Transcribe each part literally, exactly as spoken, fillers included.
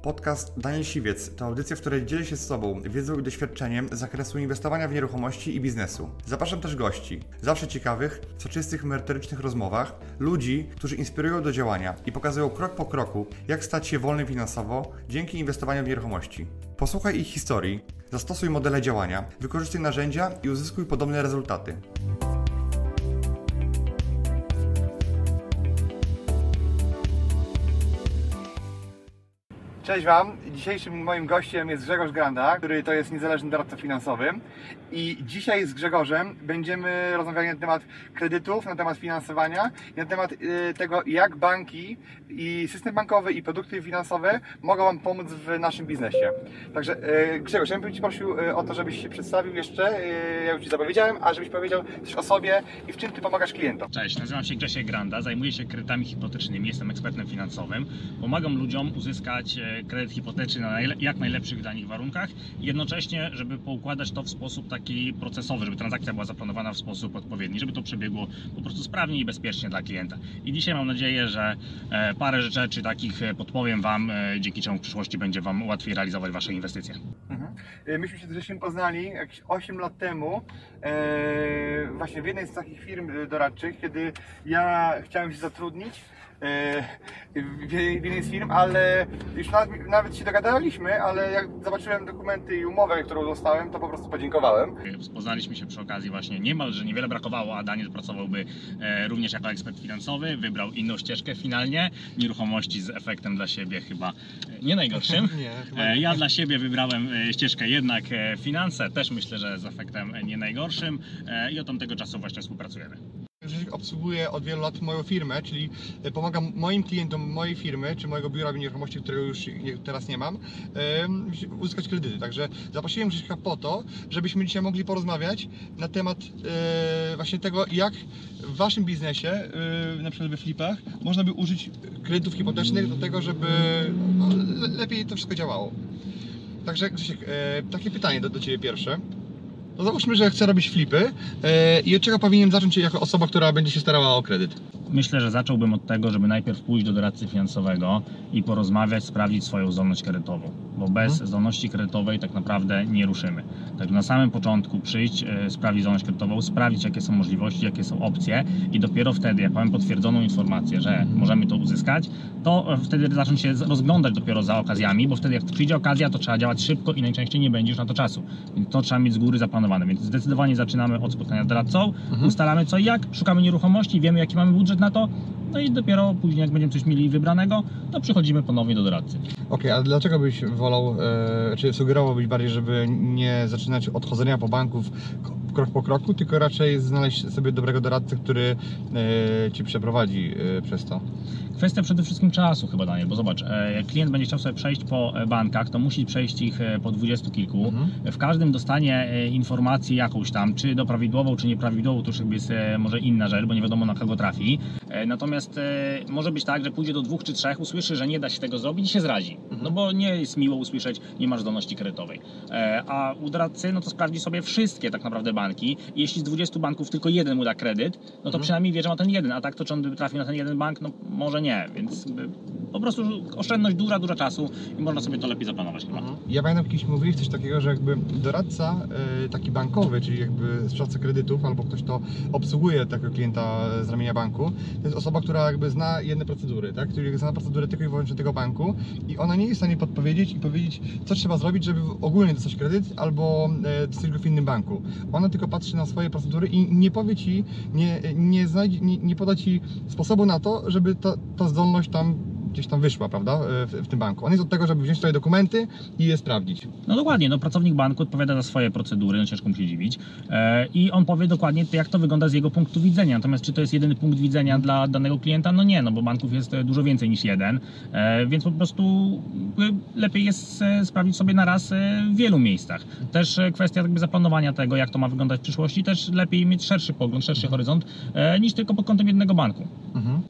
Podcast Daniel Siwiec to audycja, w której dzielę się z Tobą wiedzą i doświadczeniem z zakresu inwestowania w nieruchomości i biznesu. Zapraszam też gości, zawsze ciekawych, w soczystych, merytorycznych rozmowach, ludzi, którzy inspirują do działania i pokazują krok po kroku, jak stać się wolnym finansowo dzięki inwestowaniu w nieruchomości. Posłuchaj ich historii, zastosuj modele działania, wykorzystuj narzędzia i uzyskuj podobne rezultaty. Cześć Wam, dzisiejszym moim gościem jest Grzegorz Granda, który to jest niezależny doradca finansowy i dzisiaj z Grzegorzem będziemy rozmawiali na temat kredytów, na temat finansowania i na temat y, tego, jak banki i system bankowy i produkty finansowe mogą Wam pomóc w naszym biznesie. Także y, Grzegorz, ja bym Ci prosił y, o to, żebyś się przedstawił jeszcze, y, ja już Ci zapowiedziałem, a żebyś powiedział coś o sobie i w czym Ty pomagasz klientom. Cześć, nazywam się Grzesiek Granda, zajmuję się kredytami hipotecznymi, jestem ekspertem finansowym, pomagam ludziom uzyskać kredyt hipoteczny na jak najlepszych dla nich warunkach i jednocześnie, żeby poukładać to w sposób taki procesowy, żeby transakcja była zaplanowana w sposób odpowiedni, żeby to przebiegło po prostu sprawnie i bezpiecznie dla klienta. I dzisiaj mam nadzieję, że parę rzeczy takich podpowiem Wam, dzięki czemu w przyszłości będzie Wam łatwiej realizować Wasze inwestycje. Mhm. Myśmy się z Grzesiem poznali jakieś osiem lat temu, e, właśnie w jednej z takich firm doradczych, kiedy ja chciałem się zatrudnić w jednej z firm, ale już nawet, nawet się dogadaliśmy, ale jak zobaczyłem dokumenty i umowę, którą dostałem, to po prostu podziękowałem. Poznaliśmy się przy okazji właśnie niemalże niewiele brakowało, a Daniel pracowałby również jako ekspert finansowy, wybrał inną ścieżkę finalnie, nieruchomości z efektem dla siebie chyba nie najgorszym. Nie, chyba nie. Ja dla siebie wybrałem ścieżkę jednak finanse, też myślę, że z efektem nie najgorszym i od tamtego czasu właśnie współpracujemy. Grzesiek obsługuje od wielu lat moją firmę, czyli pomagam moim klientom mojej firmy, czy mojego biura nieruchomości, którego już teraz nie mam, uzyskać kredyty. Także zaprosiłem Grzesieka po to, żebyśmy dzisiaj mogli porozmawiać na temat właśnie tego, jak w Waszym biznesie, na przykład we flipach, można by użyć kredytów hipotecznych do tego, żeby no, lepiej to wszystko działało. Także Grzesiek, takie pytanie do, do Ciebie pierwsze. No załóżmy, że chcę robić flipy yy, i od czego powinienem zacząć jako osoba, która będzie się starała o kredyt? Myślę, że zacząłbym od tego, żeby najpierw pójść do doradcy finansowego i porozmawiać, sprawdzić swoją zdolność kredytową, bo bez hmm. zdolności kredytowej tak naprawdę nie ruszymy. Także na samym początku przyjść, yy, sprawdzić zdolność kredytową, sprawdzić jakie są możliwości, jakie są opcje i dopiero wtedy, jak mamy potwierdzoną informację, że hmm. możemy to uzyskać, to wtedy zacząć się rozglądać dopiero za okazjami, bo wtedy jak przyjdzie okazja, to trzeba działać szybko i najczęściej nie będzie już na to czasu. Więc to trzeba mieć z góry zaplanowane. Więc zdecydowanie zaczynamy od spotkania z doradcą, mhm. ustalamy co i jak, szukamy nieruchomości, wiemy jaki mamy budżet na to, no i dopiero później jak będziemy coś mieli wybranego, to przychodzimy ponownie do doradcy. Okej, okay, a dlaczego byś wolał, e, czy sugerowałbyś bardziej, żeby nie zaczynać od chodzenia po banków krok po kroku, tylko raczej znaleźć sobie dobrego doradcę, który e, Ci przeprowadzi e, przez to? Kwestia przede wszystkim czasu chyba, Daniel, bo zobacz, jak klient będzie chciał sobie przejść po bankach, to musi przejść ich po dwudziestu kilku. Mhm. W każdym dostanie informację jakąś tam, czy do prawidłową, czy nieprawidłową, to już jakby jest może inna rzecz, bo nie wiadomo na kogo trafi. Natomiast może być tak, że pójdzie do dwóch czy trzech, usłyszy, że nie da się tego zrobić i się zradzi. Mhm. No bo nie jest miło usłyszeć, nie masz zdolności kredytowej. A u doradcy, no to sprawdzi sobie wszystkie tak naprawdę banki i jeśli z dwudziestu banków tylko jeden mu da kredyt, no to mhm. przynajmniej wie, że ma ten jeden, a tak to czy on by trafił na ten jeden bank, no może nie. Nie, więc po prostu oszczędność duża, duża czasu i można sobie to lepiej zaplanować chyba. Mhm. Ja pamiętam, kiedyś mówiłeś coś takiego, że jakby doradca y, taki bankowy, czyli jakby sprzedawca kredytów albo ktoś, kto obsługuje takiego klienta z ramienia banku, to jest osoba, która jakby zna jedne procedury, tak? Czyli zna procedurę tylko i wyłącznie tego banku i ona nie jest w stanie podpowiedzieć i powiedzieć, co trzeba zrobić, żeby ogólnie dostać kredyt albo y, dostać go w innym banku. Ona tylko patrzy na swoje procedury i nie powie Ci, nie, nie, znajdzie, nie, nie poda Ci sposobu na to, żeby ta, ta zdolność tam gdzieś tam wyszła, prawda, w, w tym banku. On jest od tego, żeby wziąć swoje dokumenty i je sprawdzić. No dokładnie, no pracownik banku odpowiada za swoje procedury, no ciężko mu się dziwić e, i on powie dokładnie, jak to wygląda z jego punktu widzenia. Natomiast czy to jest jedyny punkt widzenia dla danego klienta? No nie, no bo banków jest dużo więcej niż jeden, e, więc po prostu lepiej jest sprawdzić sobie na raz w wielu miejscach. Też kwestia jakby zaplanowania tego, jak to ma wyglądać w przyszłości, też lepiej mieć szerszy pogląd, szerszy horyzont e, niż tylko pod kątem jednego banku. Mhm.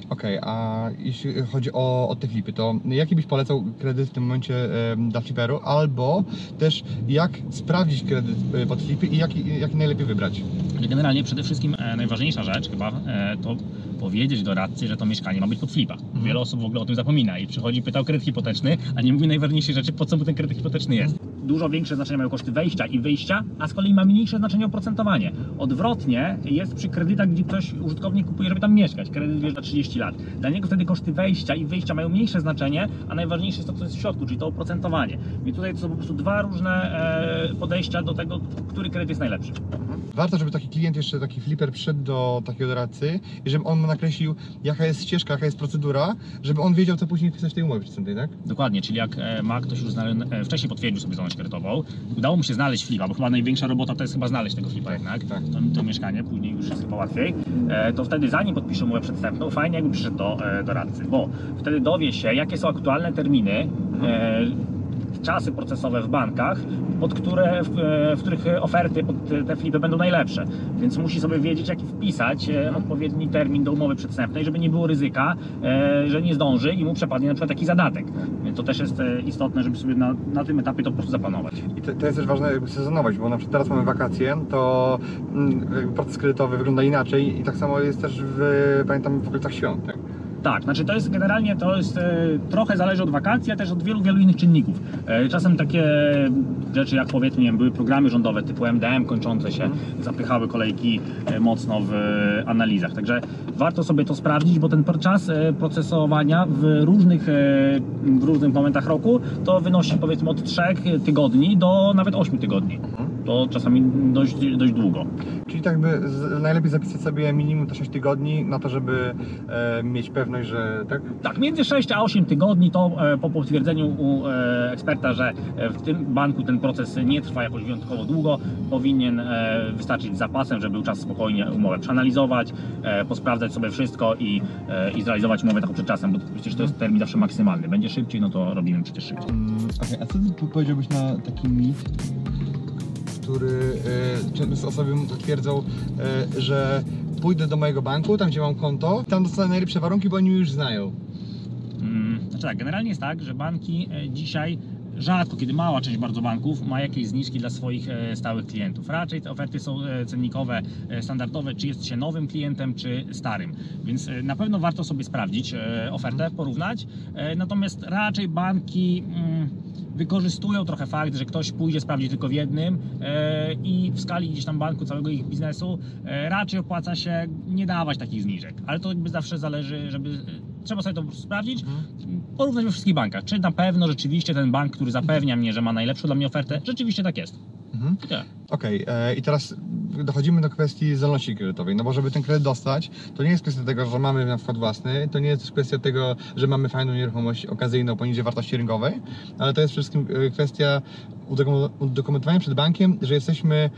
Okej, okay, a jeśli chodzi o, o te flipy, to jaki byś polecał kredyt w tym momencie e, dla fliperu, albo też jak sprawdzić kredyt e, pod flipy i jaki, jaki najlepiej wybrać? Generalnie przede wszystkim e, najważniejsza rzecz chyba e, to powiedzieć doradcy, że to mieszkanie ma być pod flipa. Mhm. Wiele osób w ogóle o tym zapomina i przychodzi, pyta o kredyt hipoteczny, a nie mówi najważniejszej rzeczy, po co mu ten kredyt hipoteczny jest. Dużo większe znaczenie mają koszty wejścia i wyjścia, a z kolei ma mniejsze znaczenie oprocentowanie. Odwrotnie jest przy kredytach, gdzie ktoś, użytkownik kupuje, żeby tam mieszkać. Kredyt bierze na trzydzieści lat. Dla niego wtedy koszty wejścia i wyjścia mają mniejsze znaczenie, a najważniejsze jest to, co jest w środku, czyli to oprocentowanie. Więc tutaj to są po prostu dwa różne e, podejścia do tego, który kredyt jest najlepszy. Warto, żeby taki klient, jeszcze taki flipper przyszedł do takiego doradcy i żeby on mu nakreślił, jaka jest ścieżka, jaka jest procedura, żeby on wiedział, co później wpisać w tej umowie przystępnej, tak? Dokładnie, czyli jak ma ktoś już znale... wcześniej potwierdził sobie zdolność kredytową, udało mu się znaleźć flipa, bo chyba największa robota to jest chyba znaleźć tego flipa jednak, tak. to, to mieszkanie, później już jest chyba łatwiej, to wtedy zanim podpisze umowę przedwstępną, fajnie jakby przyszedł do doradcy, bo wtedy dowie się, jakie są aktualne terminy, mhm. czasy procesowe w bankach, pod które, w, w których oferty pod te flipy będą najlepsze. Więc musi sobie wiedzieć, jaki wpisać e, odpowiedni termin do umowy przedwstępnej, żeby nie było ryzyka, e, że nie zdąży i mu przepadnie na przykład taki zadatek. Więc to też jest e, istotne, żeby sobie na, na tym etapie to po prostu zaplanować. I to, to jest też ważne, jakby sezonować, bo na przykład teraz mamy wakacje, to mm, proces kredytowy wygląda inaczej i tak samo jest też w, pamiętam, w okolicach świąt. Tak? Tak, znaczy to jest generalnie, to jest e, trochę zależy od wakacji, a też od wielu, wielu innych czynników. E, czasem takie rzeczy jak powiedzmy, nie wiem, były programy rządowe typu M D M kończące się, mm. zapychały kolejki e, mocno w e, analizach. Także warto sobie to sprawdzić, bo ten czas e, procesowania w różnych, e, w różnych momentach roku to wynosi powiedzmy od trzech tygodni do nawet ośmiu tygodni. Mm. To czasami dość, dość długo. Czyli tak by z, najlepiej zapisać sobie minimum to sześć tygodni na to, żeby e, mieć pewność, że tak? Tak, między sześć a osiem tygodni to e, po potwierdzeniu u e, eksperta, że w tym banku ten proces nie trwa jakoś wyjątkowo długo, powinien e, wystarczyć z zapasem, żeby był czas spokojnie umowę przeanalizować, e, posprawdzać sobie wszystko i, e, i zrealizować umowę taką przed czasem, bo przecież to jest termin zawsze maksymalny. Będzie szybciej, no to robimy przecież szybciej. Mm, Okej, okay. A co ty powiedziałbyś na taki mit, który e, często osoby twierdzą, e, że pójdę do mojego banku, tam gdzie mam konto, tam dostanę najlepsze warunki, bo oni mnie już znają. Hmm, znaczy tak, generalnie jest tak, że banki e, dzisiaj rzadko, kiedy mała część bardzo banków ma jakieś zniżki dla swoich e, stałych klientów. Raczej te oferty są e, cennikowe, e, standardowe, czy jest się nowym klientem, czy starym. Więc e, na pewno warto sobie sprawdzić e, ofertę, porównać. E, natomiast raczej banki mm, wykorzystują trochę fakt, że ktoś pójdzie sprawdzić tylko w jednym e, i w skali gdzieś tam banku, całego ich biznesu e, raczej opłaca się nie dawać takich zniżek. Ale to jakby zawsze zależy, żeby trzeba sobie to po prostu sprawdzić, mhm. porównać we wszystkich bankach. Czy na pewno rzeczywiście ten bank, który zapewnia mnie, że ma najlepszą dla mnie ofertę, rzeczywiście tak jest. Mhm. Okej, okay, i teraz dochodzimy do kwestii zdolności kredytowej, no bo żeby ten kredyt dostać, to nie jest kwestia tego, że mamy na przykład własny, to nie jest też kwestia tego, że mamy fajną nieruchomość okazyjną poniżej wartości rynkowej, ale to jest przede wszystkim kwestia udokumentowania przed bankiem, że jesteśmy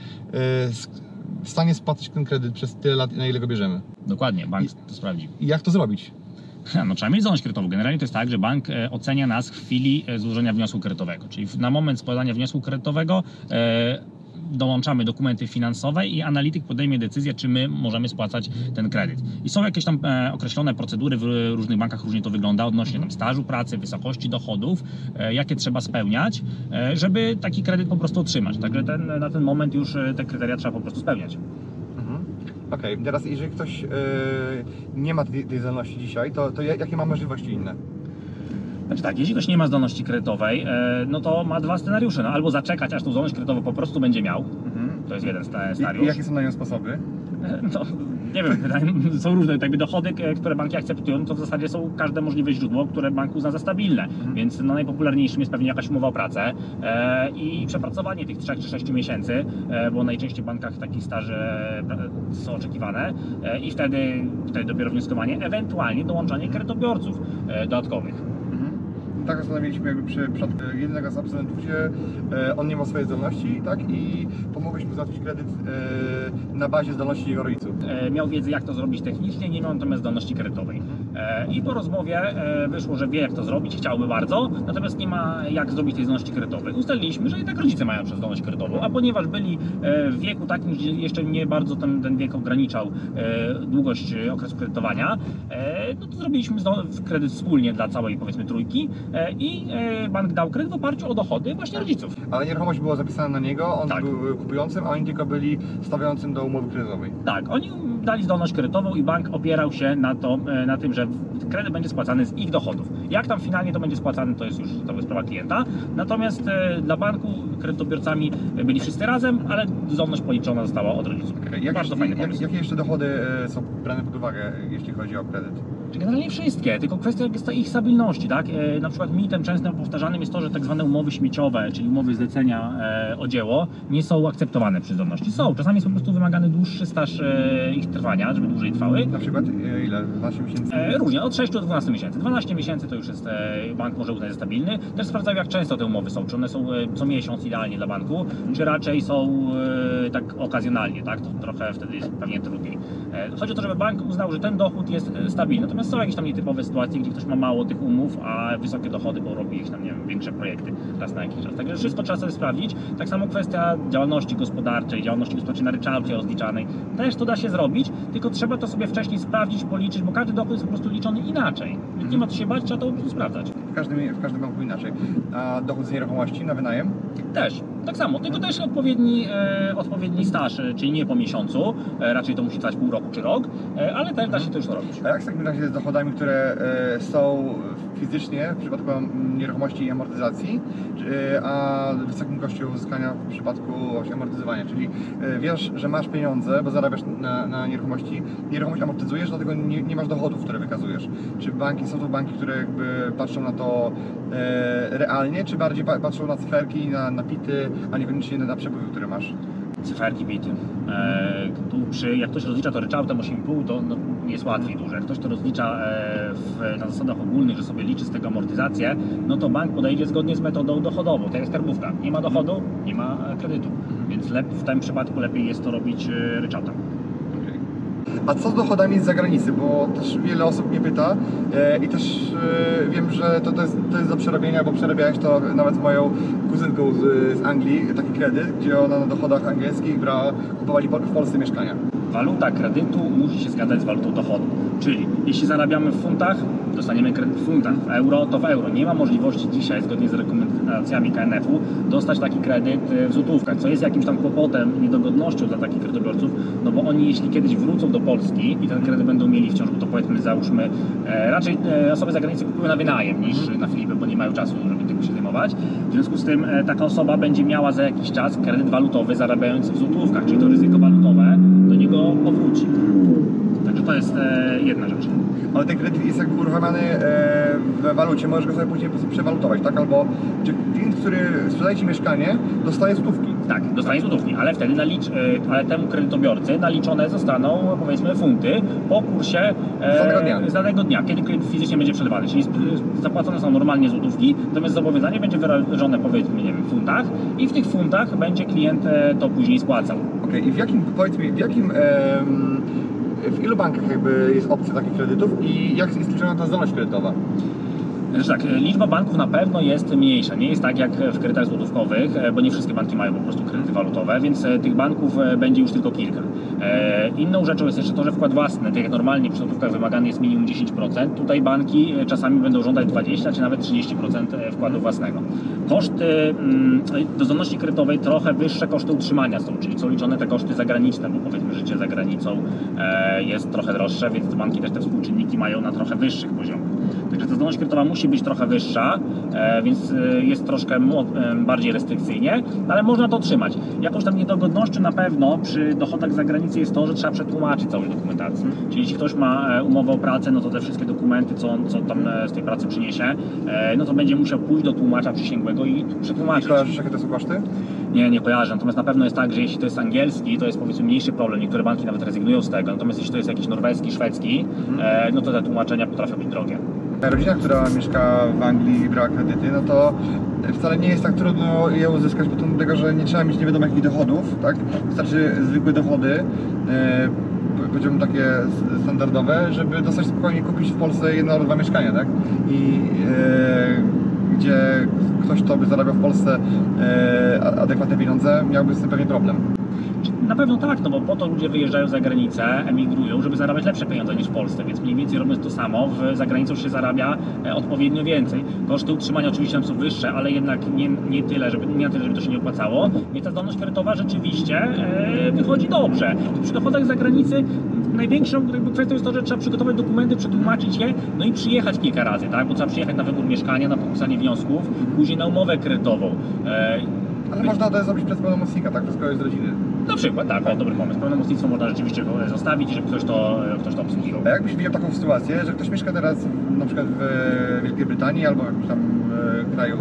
w stanie spłacać ten kredyt przez tyle lat, na ile go bierzemy. Dokładnie, bank to sprawdzi. I jak to zrobić? No, trzeba mieć zdolność kredytową. Generalnie to jest tak, że bank e, ocenia nas w chwili e, złożenia wniosku kredytowego, czyli w, na moment składania wniosku kredytowego e, dołączamy dokumenty finansowe i analityk podejmie decyzję, czy my możemy spłacać ten kredyt. I są jakieś tam e, określone procedury, w różnych bankach różnie to wygląda, odnośnie tam stażu pracy, wysokości dochodów, e, jakie trzeba spełniać, e, żeby taki kredyt po prostu otrzymać. Także ten, na ten moment już e, te kryteria trzeba po prostu spełniać. Okej, okay. Teraz jeżeli ktoś yy, nie ma tej, tej zdolności dzisiaj, to, to jakie ma możliwości inne? Znaczy tak, jeśli ktoś nie ma zdolności kredytowej, e, no to ma dwa scenariusze. No, albo zaczekać, aż tą zdolność kredytową po prostu będzie miał. Mhm. To jest jeden scenariusz. I, i jakie są na nią sposoby? E, no, nie wiem, są różne jakby dochody, które banki akceptują, to w zasadzie są każde możliwe źródło, które bank uzna za stabilne. Mhm. Więc no, najpopularniejszym jest pewnie jakaś umowa o pracę e, i przepracowanie tych trzech czy sześciu miesięcy, e, bo najczęściej w bankach takie staże e, są oczekiwane e, i wtedy, wtedy dopiero wnioskowanie, ewentualnie dołączanie kredytobiorców e, dodatkowych. Tak zastanowiliśmy jakby przy przypadku jednego z absolwentów, gdzie e, on nie ma swojej zdolności, tak, i pomogliśmy załatwić kredyt e, na bazie zdolności jego rodziców. E, miał wiedzę, jak to zrobić technicznie, nie miał natomiast zdolności kredytowej. I po rozmowie wyszło, że wie, jak to zrobić, chciałby bardzo, natomiast nie ma jak zrobić tej zdolności kredytowej. Ustaliliśmy, że jednak rodzice mają przez zdolność kredytową, a ponieważ byli w wieku takim, gdzie jeszcze nie bardzo ten, ten wiek ograniczał długość okresu kredytowania, no to zrobiliśmy kredyt wspólnie dla całej, powiedzmy, trójki i bank dał kredyt w oparciu o dochody właśnie rodziców. Ale nieruchomość była zapisana na niego, on Tak. był kupującym, a oni tylko byli stawiającym do umowy kredytowej. Tak, oni dali zdolność kredytową i bank opierał się na, to, na tym, że kredyt będzie spłacany z ich dochodów. Jak tam finalnie to będzie spłacane, to jest już to jest sprawa klienta. Natomiast e, dla banku kredytobiorcami byli wszyscy razem, ale zdolność policzona została od rodziców. Okay. Jak, Bardzo fajny jak, pomysł. jakie jeszcze dochody e, są brane pod uwagę, jeśli chodzi o kredyt? Generalnie wszystkie, tylko kwestia jest to ich stabilności, tak? E, na przykład mitem często powtarzanym jest to, że tak zwane umowy śmieciowe, czyli umowy zlecenia e, o dzieło, nie są akceptowane przy zdolności. Są, czasami jest po prostu wymagany dłuższy staż e, ich trwania, żeby dłużej trwały. Na przykład e, ile? dwanaście miesięcy? E, różnie, od sześciu do dwunastu miesięcy. dwanaście miesięcy to już jest, e, bank może uznać za stabilny. Też sprawdzają, jak często te umowy są, czy one są e, co miesiąc idealnie dla banku, czy raczej są e, tak okazjonalnie, tak? To trochę wtedy jest pewnie trudniej. E, chodzi o to, żeby bank uznał, że ten dochód jest e, stabilny. Natomiast są jakieś tam nietypowe sytuacje, gdzie ktoś ma mało tych umów, a wysokie dochody, bo robi jakieś tam, nie wiem, większe projekty raz na jakiś czas. Także wszystko trzeba sobie sprawdzić. Tak samo kwestia działalności gospodarczej, działalności gospodarczej na ryczałcie rozliczanej. Też to da się zrobić, tylko trzeba to sobie wcześniej sprawdzić, policzyć, bo każdy dochód jest po prostu liczony inaczej. Więc nie ma co się bać, trzeba to po prostu sprawdzać. W każdym, w każdym banku inaczej. A dochód z nieruchomości na wynajem? Też, tak samo, tylko też odpowiedni, e, odpowiedni staż, e, czyli nie po miesiącu, e, raczej to musi trwać pół roku czy rok, e, ale też da się to już zrobić. A jak w takim razie z dochodami, które e, są fizycznie w przypadku nieruchomości i amortyzacji, e, a wysokim koszcie uzyskania w przypadku właśnie amortyzowania, czyli e, wiesz, że masz pieniądze, bo zarabiasz na, na nieruchomości, nieruchomość amortyzujesz, dlatego nie, nie masz dochodów, które wykazujesz. Czy banki, są to banki, które jakby patrzą na to e, realnie, czy bardziej pa, patrzą na cyferki, na, na pity, a niekoniecznie na przepływy, które masz? Cyferki, bity. E, tu przy, jak ktoś rozlicza to ryczałtem osiem i pół, to no, jest łatwiej dużo. Jak ktoś to rozlicza e, w, na zasadach ogólnych, że sobie liczy z tego amortyzację, no to bank podejdzie zgodnie z metodą dochodową, tak jak skarbówka. Nie ma dochodu, nie ma kredytu. Więc lep, w tym przypadku lepiej jest to robić e, ryczałtem. A co z dochodami z zagranicy? Bo też wiele osób mnie pyta e, i też e, wiem, że to, to, jest, to jest do przerobienia, bo przerabiałeś to nawet z moją kuzynką z, z Anglii, taki kredyt, gdzie ona na dochodach angielskich brała, kupowali w Polsce mieszkania. Waluta kredytu musi się zgadzać z walutą dochodu. Czyli jeśli zarabiamy w funtach, dostaniemy kredyt w funtach, w euro to w euro. Nie ma możliwości dzisiaj, zgodnie z rekomendacjami K N F u, dostać taki kredyt w złotówkach, co jest jakimś tam kłopotem, niedogodnością dla takich kredytobiorców, no bo oni jeśli kiedyś wrócą do Polski i ten kredyt będą mieli wciąż, bo to powiedzmy załóżmy, e, raczej e, osoby za granicą kupują na wynajem niż na Filipy, bo nie mają czasu, żeby tym się zajmować. W związku z tym e, taka osoba będzie miała za jakiś czas kredyt walutowy zarabiając w złotówkach, czyli to ryzyko walutowe do niego powróci. Także to jest e, jedna rzecz. Ale ten kredyt jest jakby uruchamiany e, w walucie, możesz go sobie później po prostu przewalutować, tak? Albo czy klient, który sprzedaje Ci mieszkanie, dostaje złotówki? Tak, dostaje złotówki, ale wtedy nalicz, e, ale temu kredytobiorcy naliczone zostaną, powiedzmy, funty po kursie e, Z danego dnia. z danego dnia, kiedy kredyt fizycznie będzie przelewany, czyli zapłacone są normalnie złotówki, natomiast zobowiązanie będzie wyrażone, powiedzmy, nie wiem, w funtach i w tych funtach będzie klient e, to później spłacał. Okej, okay. I w jakim, powiedz mi, w jakim em, w ilu bankach jakby jest opcja takich kredytów i jak jest liczona ta zdolność kredytowa? Znaczy tak, liczba banków na pewno jest mniejsza. Nie jest tak jak w kredytach złotówkowych, bo nie wszystkie banki mają po prostu kredyty walutowe, więc tych banków będzie już tylko kilka. Inną rzeczą jest jeszcze to, że wkład własny, tak jak normalnie przy złotówkach wymagany jest minimum dziesięć procent, tutaj banki czasami będą żądać dwadzieścia procent czy nawet trzydzieści procent wkładu własnego. Koszty do zdolności kredytowej trochę wyższe koszty utrzymania są, czyli są liczone te koszty zagraniczne, bo powiedzmy życie za granicą jest trochę droższe, więc banki też te współczynniki mają na trochę wyższych poziomach. Także ta zdolność kredytowa musi być trochę wyższa, więc jest troszkę bardziej restrykcyjnie, ale można to trzymać. Jakąś tam niedogodnością na pewno przy dochodach z zagranicy jest to, że trzeba przetłumaczyć całą dokumentację. Czyli jeśli ktoś ma umowę o pracę, no to te wszystkie dokumenty, co, co tam z tej pracy przyniesie, no to będzie musiał pójść do tłumacza przysięgłego i przetłumaczyć. I kojarzysz, jakie to są koszty? Nie, nie kojarzę. Natomiast na pewno jest tak, że jeśli to jest angielski, to jest powiedzmy mniejszy problem. Niektóre banki nawet rezygnują z tego. Natomiast jeśli to jest jakiś norweski, szwedzki, mhm. no to te tłumaczenia potrafią być drogie. Rodzina, która mieszka w Anglii i brała kredyty, no to wcale nie jest tak trudno je uzyskać, bo to dlatego, że nie trzeba mieć nie wiadomo jakich dochodów, tak? Wystarczy zwykłe dochody, powiedziałbym takie standardowe, żeby dostać spokojnie kupić w Polsce jedno albo dwa mieszkania, tak? I e, gdzie ktoś, kto by zarabiał w Polsce e, adekwatne pieniądze, miałby z tym pewnie problem. Na pewno tak, no bo po to ludzie wyjeżdżają za granicę, emigrują, żeby zarabiać lepsze pieniądze niż w Polsce, więc mniej więcej robiąc to samo, w, za granicą się zarabia e, odpowiednio więcej. Koszty utrzymania oczywiście tam są wyższe, ale jednak nie, nie tyle, żeby, nie na tyle, żeby to się nie opłacało, więc ta zdolność kredytowa rzeczywiście e, wychodzi dobrze. Przy dochodach z zagranicy największą kwestią jest to, że trzeba przygotować dokumenty, przetłumaczyć je, no i przyjechać kilka razy, tak? Bo trzeba przyjechać na wybór mieszkania, na podpisanie wniosków, później na umowę kredytową. E, Ale można to zrobić przez pełnomocnika, tak? Przez kogoś z rodziny. Na przykład, tak, o, dobry pomysł. Pełnomocnictwo można rzeczywiście zostawić, żeby ktoś to, ktoś to obsługiwał. A jakbyś widział taką sytuację, że ktoś mieszka teraz na przykład w Wielkiej Brytanii albo w jakimś tam kraju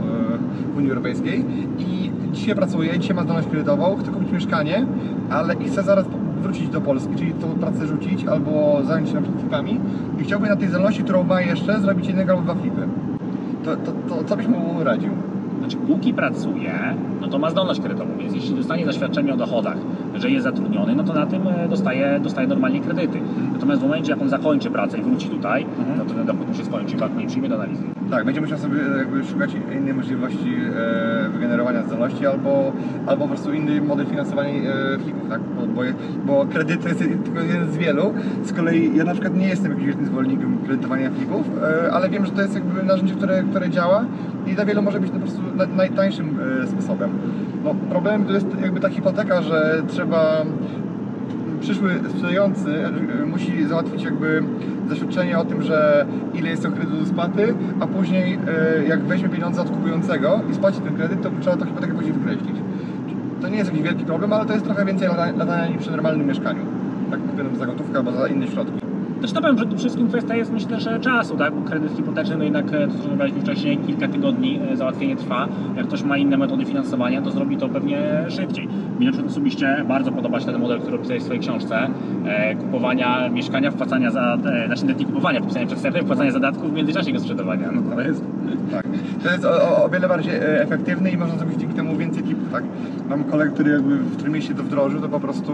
w Unii Europejskiej i dzisiaj pracuje, dzisiaj ma zdolność kredytową, chce kupić mieszkanie, ale i chce zaraz wrócić do Polski, czyli tą pracę rzucić albo zająć się na przykład flipami i chciałby na tej zdolności, którą ma jeszcze, zrobić jednego albo dwa flipy. To, to, to co byś mu radził? Znaczy, póki pracuje, no to ma zdolność kredytową, więc jeśli dostanie zaświadczenie o dochodach, że jest zatrudniony, no to na tym dostaje, dostaje normalnie kredyty. Natomiast w momencie, jak on zakończy pracę i wróci tutaj, mhm. no to ten dochód mu się skończy i bank nie przyjmie do analizy. Tak, będzie musiał sobie jakby szukać innej możliwości e, wygenerowania zdolności albo, albo po prostu inny model finansowania e, flipów, tak? Bo, bo, bo kredyt to jest tylko jeden z wielu. Z kolei ja na przykład nie jestem jakimś wielkim zwolennikiem kredytowania flipów, e, ale wiem, że to jest jakby narzędzie, które, które działa i dla wielu może być to po prostu na, najtańszym e, sposobem. No, problemem to jest jakby ta hipoteka, że trzeba przyszły sprzedający musi załatwić jakby zaświadczenie o tym, że ile jest to kredyt do spłaty, a później jak weźmie pieniądze od kupującego i spłaci ten kredyt, to trzeba to hipotekę później wykreślić. To nie jest jakiś wielki problem, ale to jest trochę więcej latania niż przy normalnym mieszkaniu. Tak kupione za gotówkę albo za inne środki. Też na pewno przede wszystkim kwestia jest, myślę, że czasu, tak? Bo kredyt hipoteczny, no jednak, to co rozmawialiśmy wcześniej, kilka tygodni załatwienie trwa. Jak ktoś ma inne metody finansowania, to zrobi to pewnie szybciej. Mi na przykład osobiście bardzo podoba się ten model, który opisałeś w swojej książce, e, kupowania mieszkania, wpłacania za, e, znaczy nie kupowania, podpisania przez serwer, wpłacania zadatków w międzyczasie go sprzedawania. No to jest... Tak. To jest o, o wiele bardziej efektywne i można zrobić dzięki temu więcej flipów, tak? Mam kolegę, który jakby w którym mieście to wdrożył, to po prostu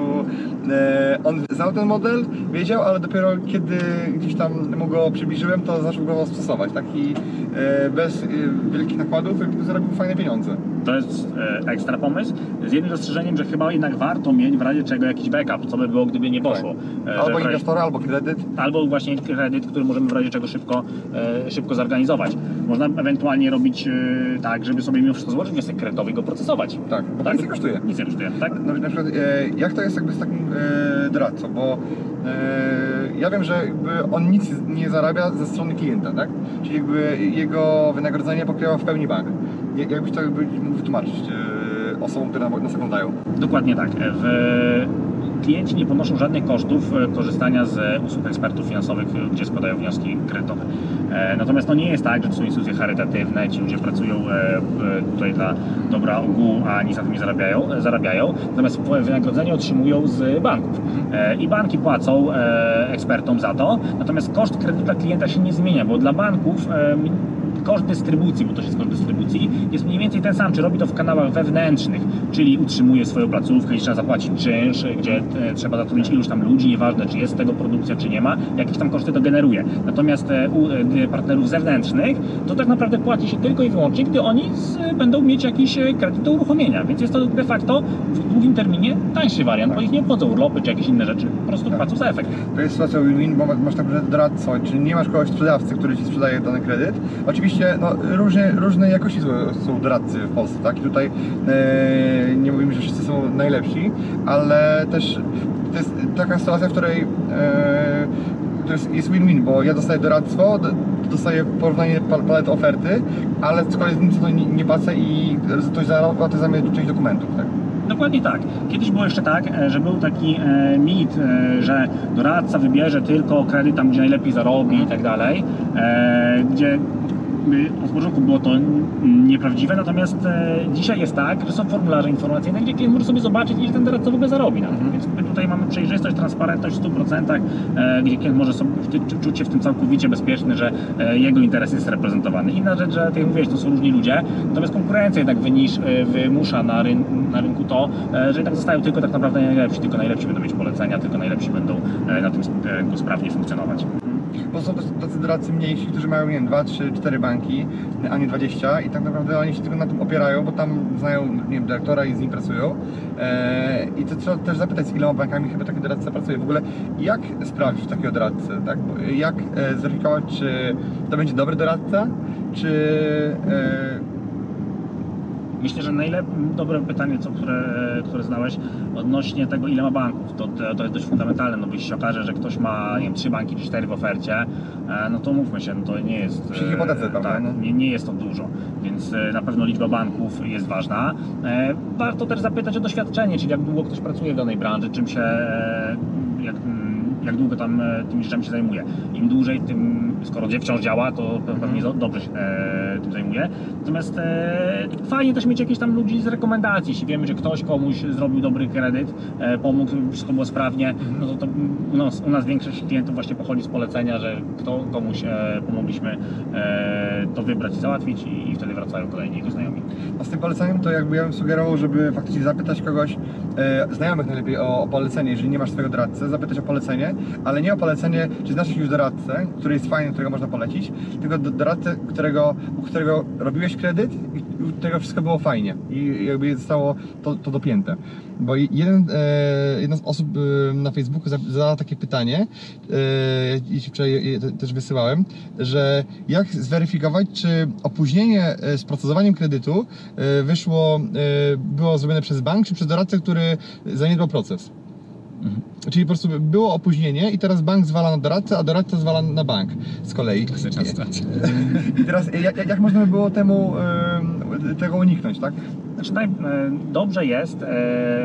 e, on znał ten model, wiedział, ale dopiero kiedy gdzieś tam mu go przybliżyłem, to zaczął go stosować, tak? I e, bez e, wielkich nakładów zarobił fajne pieniądze. To jest e, ekstra pomysł, z jednym zastrzeżeniem, że chyba jednak warto mieć w razie czego jakiś backup, co by było, gdyby nie poszło. E, albo inwestora, albo kredyt. Albo właśnie kredyt, który możemy w razie czego szybko, e, szybko zorganizować. Można ewentualnie robić e, tak, żeby sobie mimo wszystko złożyć wniosek kredytowy i go procesować. Tak, bo tak? nic nie kosztuje. Nic nie kosztuje, tak? No, na przykład, e, jak to jest jakby z takim e, doradcą, bo e, ja wiem, że jakby on nic nie zarabia ze strony klienta, tak? Czyli jakby jego wynagrodzenie pokrywa w pełni bank. Jak, jakbyś to jakby mógł wytłumaczyć e, osobom, które nas oglądają? Dokładnie tak. W... Klienci nie ponoszą żadnych kosztów korzystania z usług ekspertów finansowych, gdzie składają wnioski kredytowe. Natomiast to nie jest tak, że to są instytucje charytatywne, ci ludzie pracują tutaj dla dobra ogółu, a nic na tym nie zarabiają. zarabiają. Natomiast wynagrodzenie otrzymują z banków. I banki płacą ekspertom za to, natomiast koszt kredytu dla klienta się nie zmienia, bo dla banków koszt dystrybucji, bo to jest koszt dystrybucji, jest mniej więcej ten sam, czy robi to w kanałach wewnętrznych, czyli utrzymuje swoją placówkę i trzeba zapłacić czynsz, gdzie e, trzeba zatrudnić iluś tam ludzi, nieważne czy jest z tego produkcja, czy nie ma, jakieś tam koszty to generuje. Natomiast e, u e, partnerów zewnętrznych to tak naprawdę płaci się tylko i wyłącznie, gdy oni z, będą mieć jakiś kredyt do uruchomienia, więc jest to de facto w długim terminie tańszy wariant, bo ich nie obchodzą urlopy czy jakieś inne rzeczy, po prostu tak. Płacą za efekt. To jest sytuacja win-win, bo masz tak naprawdę doradcę, czyli nie masz kogoś sprzedawcy, który ci sprzedaje dany kredyt. Oczywiście no, różne, różne jakości są doradcy w Polsce, tak? I tutaj e, nie mówimy, że wszyscy są najlepsi, ale też to jest taka sytuacja, w której e, to jest, jest win-win, bo ja dostaję doradztwo, dostaję porównanie palety oferty, ale z kolei nic to nie, nie płacę i ktoś zapłacę za mnie część dokumentów, tak? Dokładnie tak. Kiedyś było jeszcze tak, że był taki e, mit, e, że doradca wybierze tylko kredyt tam, gdzie najlepiej zarobi i tak dalej, e, gdzie od początku było to nieprawdziwe, natomiast e, dzisiaj jest tak, że są formularze informacyjne, gdzie klient może sobie zobaczyć, ile ten doradca w ogóle zarobi na tym. Mhm. Więc my tutaj mamy przejrzystość, transparentność w stu procentach, e, gdzie klient może sobie w ty, czuć się w tym całkowicie bezpieczny, że e, jego interes jest reprezentowany. Inna rzecz, że tak jak mówiłeś, to są różni ludzie, natomiast konkurencja jednak wynisz, e, wymusza na, ryn, na rynku to, e, że jednak zostają tylko tak naprawdę najlepsi, tylko najlepsi będą mieć polecenia, tylko najlepsi będą e, na tym rynku sprawnie funkcjonować. Bo są też tacy doradcy mniejsi, którzy mają, nie wiem, dwa, trzy, cztery banki, a nie dwadzieścia i tak naprawdę oni się tylko na tym opierają, bo tam znają, nie wiem, dyrektora i z nim pracują. Eee, I to trzeba też zapytać, z iloma bankami chyba taki doradca pracuje. W ogóle jak sprawdzić takiego doradcę, tak? Jak e, zweryfikować, czy to będzie dobry doradca, czy... E, Myślę, że najlepiej, dobre pytanie, co, które, które zadałeś odnośnie tego, ile ma banków, to, to, to jest dość fundamentalne, no bo jeśli się okaże, że ktoś ma, nie wiem, trzy banki czy cztery w ofercie, no to mówmy się, no to nie jest... Przy hipotece, prawda? Tak, nie, nie jest to dużo, więc na pewno liczba banków jest ważna. Warto też zapytać o doświadczenie, czyli jak długo ktoś pracuje w danej branży, czym się... Jak, jak długo tam tymi rzeczami się zajmuje. Im dłużej, tym, skoro gdzie wciąż działa, to pewnie dobrze się e, tym zajmuje. Natomiast e, fajnie też mieć jakieś tam ludzi z rekomendacji. Jeśli wiemy, że ktoś komuś zrobił dobry kredyt, e, pomógł, wszystko było sprawnie, no to, to u, nas, u nas większość klientów właśnie pochodzi z polecenia, że kto, komuś e, pomogliśmy e, to wybrać i załatwić i, i wtedy wracają kolejni jego znajomi. A z tym poleceniem to jakby ja bym sugerował, żeby faktycznie zapytać kogoś, e, znajomych najlepiej o, o polecenie, jeżeli nie masz swojego doradcy, zapytać o polecenie, ale nie o polecenie, czy znasz jakiegoś doradcę, który jest fajny, którego można polecić, tylko do, doradcę, którego, u którego robiłeś kredyt i u którego wszystko było fajnie i jakby zostało to, to dopięte. Bo jeden, e, jedna z osób e, na Facebooku zadała takie pytanie, e, i się wczoraj je, te, też wysyłałem, że jak zweryfikować, czy opóźnienie z procesowaniem kredytu e, wyszło, e, było zrobione przez bank, czy przez doradcę, który zaniedbał proces. Mhm. Czyli po prostu było opóźnienie i teraz bank zwala na doradcę, a doradca zwala na bank z kolei. Klasyczna sytuacja. I teraz jak, jak można by było temu y, tego uniknąć, tak? Znaczy, naj, dobrze jest e,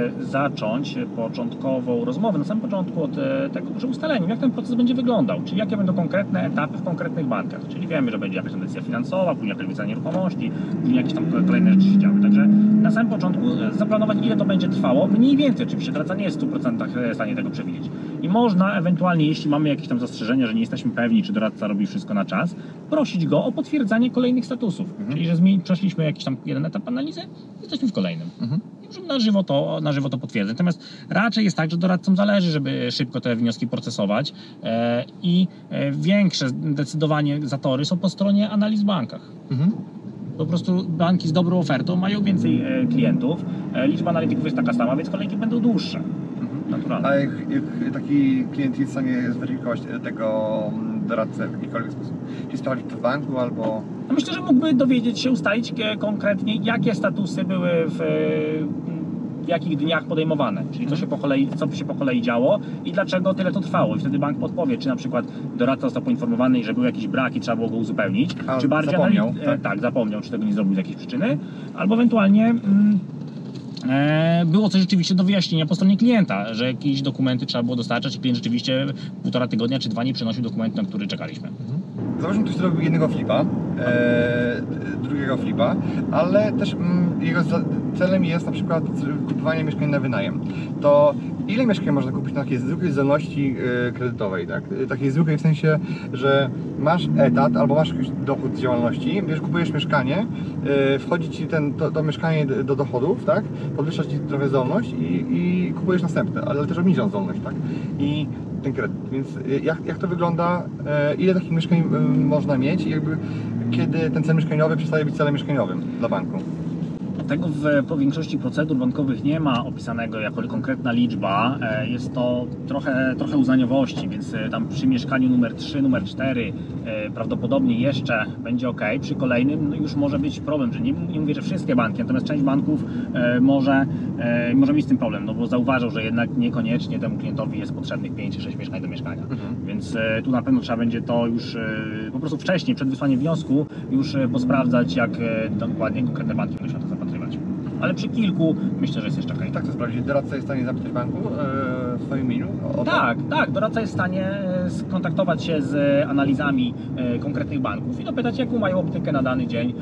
zacząć początkową rozmowę na samym początku od e, tego, że ustaleniu, jak ten proces będzie wyglądał, czyli jakie będą konkretne etapy w konkretnych bankach. Czyli wiemy, że będzie jakaś decyzja finansowa, później jakaś wycena nieruchomości, później jakieś tam kolejne rzeczy się działy. Także na samym początku zaplanować, ile to będzie trwało, mniej więcej. Oczywiście doradca nie jest w stu procentach w stanie tego przewidzieć. I można ewentualnie, jeśli mamy jakieś tam zastrzeżenia, że nie jesteśmy pewni, czy doradca robi wszystko na czas, prosić go o potwierdzanie kolejnych statusów. Mhm. Czyli, że zmieni, przeszliśmy jakiś tam jeden etap analizy, jesteśmy w kolejnym. Mhm. I możemy na żywo, to, na żywo to potwierdzić. Natomiast raczej jest tak, że doradcom zależy, żeby szybko te wnioski procesować e, i e, większe zdecydowanie zatory są po stronie analiz w bankach. Mhm. Po prostu banki z dobrą ofertą mają więcej e, klientów, e, liczba analityków jest taka sama, więc kolejki będą dłuższe. Naturalnie. A jak, jak taki klient jest w stanie zweryfikować tego doradcę w jakikolwiek sposób? Czy sprawdzić to w banku albo... No myślę, że mógłby dowiedzieć się, ustalić konkretnie, jakie statusy były w, w jakich dniach podejmowane, czyli co się, po kolei, co się po kolei działo i dlaczego tyle to trwało. I wtedy bank podpowie, czy na przykład doradca został poinformowany, że był jakiś brak i trzeba było go uzupełnić, A, czy bardziej zapomniał, analiz... tak? tak, zapomniał, czy tego nie zrobił z jakiejś przyczyny, albo ewentualnie mm, e, było coś rzeczywiście do wyjaśnienia po stronie klienta, że jakieś dokumenty trzeba było dostarczać i klient rzeczywiście półtora tygodnia czy dwa nie przynosił dokumentu, na który czekaliśmy. Mhm. Załóżmy, ktoś zrobił jednego flipa, e, drugiego flipa, ale też mm, jego celem jest na przykład kupowanie mieszkań na wynajem. To ile mieszkań można kupić na takiej zwykłej zdolności e, kredytowej, tak? Takiej zwykłej w sensie, że masz etat albo masz jakiś dochód z działalności, wiesz, kupujesz mieszkanie, e, wchodzi ci ten, to, to mieszkanie do dochodów, tak? Podwyższa ci trochę zdolność i, i kupujesz następne, ale też obniża zdolność, tak? I ten kredyt. Więc jak, jak to wygląda, e, ile takich mieszkań e, można mieć i jakby kiedy ten cel mieszkaniowy przestaje być celem mieszkaniowym dla banku? Tego w, po większości procedur bankowych nie ma opisanego jako konkretna liczba. E, jest to trochę, trochę uznaniowości, więc e, tam przy mieszkaniu numer trzy, numer cztery e, prawdopodobnie jeszcze będzie ok. Przy kolejnym no już może być problem, że nie, nie mówię, że wszystkie banki, natomiast część banków e, może, e, może mieć z tym problem, no bo zauważał, że jednak niekoniecznie temu klientowi jest potrzebnych pięć czy sześć mieszkań do mieszkania. Mhm. Więc e, tu na pewno trzeba będzie to już e, po prostu wcześniej, przed wysłaniem wniosku, już e, posprawdzać, jak e, dokładnie konkretne banki będą się na to zapatrywać. Ale przy kilku myślę, że jest jeszcze okej. Tak to sprawdzić. Doradca jest w stanie zapytać banku e, w swoim imieniu? O to? Tak, tak. Doradca jest w stanie e, skontaktować się z analizami e, konkretnych banków i dopytać, jaką mają optykę na dany dzień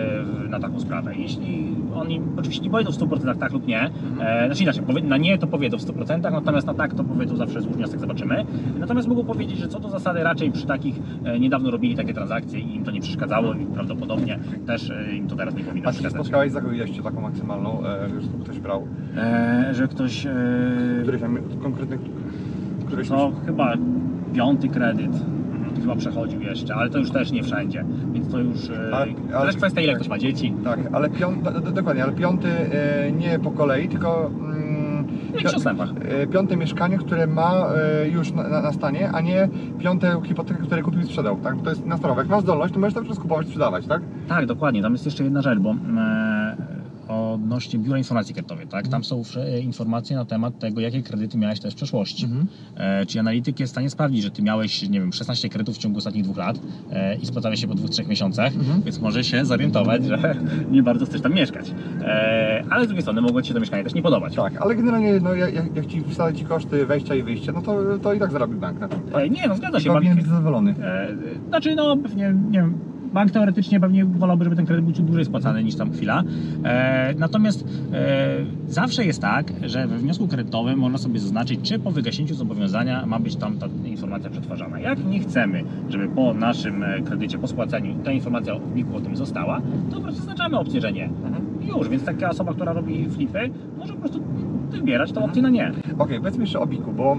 e, na taką sprawę. Jeśli oni oczywiście nie powiedzą w stu procentach tak lub nie, e, znaczy inaczej, powie, na nie to powiedzą w stu procentach, natomiast na tak to powiedzą zawsze złóż wniosek, zobaczymy. Natomiast mogą powiedzieć, że co do zasady raczej przy takich e, niedawno robili takie transakcje i im to nie przeszkadzało i prawdopodobnie też e, im to teraz nie powinno A czy się przeszkadzać. spotkałeś z jaką ilością taką maksymalną, e, już ktoś brał? E, że ktoś... E, Któryś tam konkretnych... Któryś No chyba piąty kredyt chyba przechodził jeszcze, ale to już też nie wszędzie, więc to już e, Ale- ale- też kwestia ile ktoś ma dzieci. Tak, ale piąty, dokładnie, ale piąty e, nie po kolei, tylko mm, W jakichś odstępach. e, piąte mieszkanie, które ma e, już na, na, na stanie, a nie piąte hipotekę, które kupił i sprzedał, tak? Bo to jest na stanowe. Jak masz zdolność, to możesz to wszystko kupować i sprzedawać, tak? Tak, dokładnie. Tam jest jeszcze jedna rzecz, bo e, odnośnie Biura Informacji Kredytowej, tak? Tam są e, informacje na temat tego, jakie kredyty miałeś też w przeszłości. Mhm. E, czyli analityk jest w stanie sprawdzić, że ty miałeś, nie wiem, szesnaście kredytów w ciągu ostatnich dwóch lat e, i spłacałeś się po dwóch, trzech miesiącach, Mhm. więc może się zorientować, że nie bardzo chcesz tam mieszkać. E, ale z drugiej strony mogło ci się to mieszkanie też nie podobać. Tak, ale generalnie no, jak, jak ci wsadza ci koszty wejścia i wyjścia, no to, to i tak zarobi bank na tym. Tak? E, nie, no zgadza I się. powinien Bank, być zadowolony. e, znaczy, no pewnie, nie wiem, bank teoretycznie pewnie wolałby, żeby ten kredyt był ciut dłużej spłacany niż tam chwila. E, natomiast e, zawsze jest tak, że we wniosku kredytowym można sobie zaznaczyć, czy po wygaśnięciu zobowiązania ma być tam ta informacja przetwarzana. Jak nie chcemy, żeby po naszym e, kredycie, po spłaceniu ta informacja w pliku o tym została, to po prostu zaznaczamy opcję, że nie. Mhm. I już, więc taka osoba, która robi flipy, może po prostu wybierać tą opcję na nie. Okej, powiedzmy jeszcze o biku, bo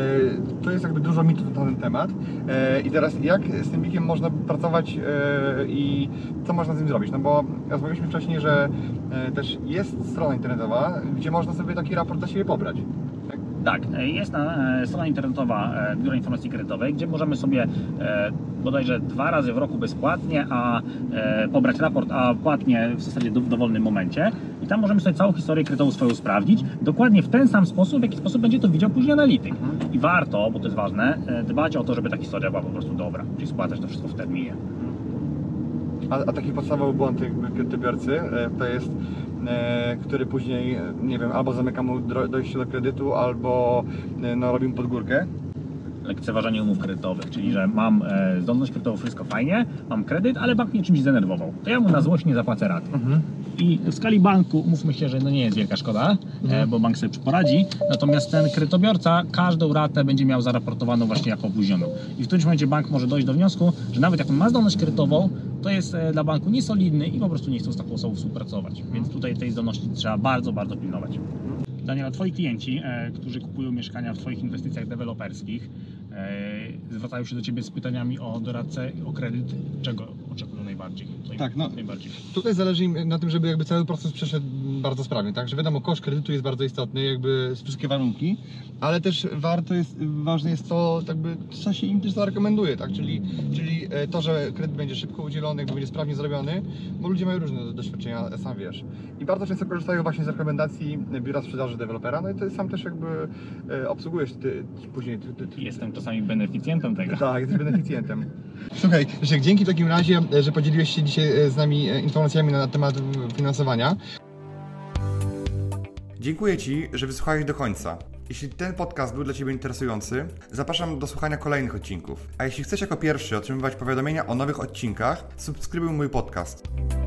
e, to jest jakby dużo mitów na ten temat e, i teraz jak z tym bikiem można pracować e, i co można z nim zrobić? No bo rozmawialiśmy wcześniej, że e, też jest strona internetowa, gdzie można sobie taki raport dla siebie pobrać. Tak? Tak, jest na, e, strona internetowa e, Biura Informacji Kredytowej, gdzie możemy sobie e, bodajże dwa razy w roku bezpłatnie, a e, pobrać raport, a płatnie w zasadzie do, w dowolnym momencie. I tam możemy sobie całą historię kredytową swoją sprawdzić, dokładnie w ten sam sposób, w jaki sposób będzie to widział później analityk. I warto, bo to jest ważne, e, dbać o to, żeby ta historia była po prostu dobra, czyli spłacać to wszystko w terminie. A, a taki podstawowy błąd jakby kredytobiorcy e, to jest, e, który później, e, nie wiem, albo zamyka mu dro- dojście do kredytu, albo e, no, robi mu pod górkę. Lekceważenie umów kredytowych, czyli że mam e, zdolność kredytową, wszystko fajnie, mam kredyt, ale bank mnie czymś zdenerwował. To ja mu na złość nie zapłacę raty. I w skali banku, mówmy się, że no nie jest wielka szkoda, e, bo bank sobie poradzi, natomiast ten kredytobiorca każdą ratę będzie miał zaraportowaną właśnie jako opóźnioną. I w którymś momencie bank może dojść do wniosku, że nawet jak on ma zdolność kredytową, to jest e, dla banku niesolidny i po prostu nie chcą z taką osobą współpracować. Więc tutaj tej zdolności trzeba bardzo, bardzo pilnować. Daniela, twoi klienci, e, którzy kupują mieszkania w twoich inwestycjach deweloperskich, e, zwracają się do ciebie z pytaniami o doradcę, o kredyt. Czego oczekują najbardziej? Co im Tak, no. najbardziej. Tutaj zależy im na tym, żeby jakby cały proces przeszedł bardzo sprawnie, tak? Że wiadomo, koszt kredytu jest bardzo istotny, jakby wszystkie warunki, ale też warto jest, ważne jest to, jakby, co się im też zarekomenduje, tak? Czyli, czyli e, to, że kredyt będzie szybko udzielony, jakby będzie sprawnie zrobiony, bo ludzie mają różne doświadczenia, sam wiesz. I bardzo często korzystają właśnie z rekomendacji biura sprzedaży dewelopera, no i ty sam też jakby e, obsługujesz ty, później. Ty, ty, ty, Jestem czasami beneficjentem tego. Tak, jesteś beneficjentem. Słuchaj, Leszek, dzięki w takim razie, że podzieliłeś się dzisiaj z nami informacjami na temat finansowania. Dziękuję Ci, że wysłuchałeś do końca. Jeśli ten podcast był dla Ciebie interesujący, zapraszam do słuchania kolejnych odcinków. A jeśli chcesz jako pierwszy otrzymywać powiadomienia o nowych odcinkach, subskrybuj mój podcast.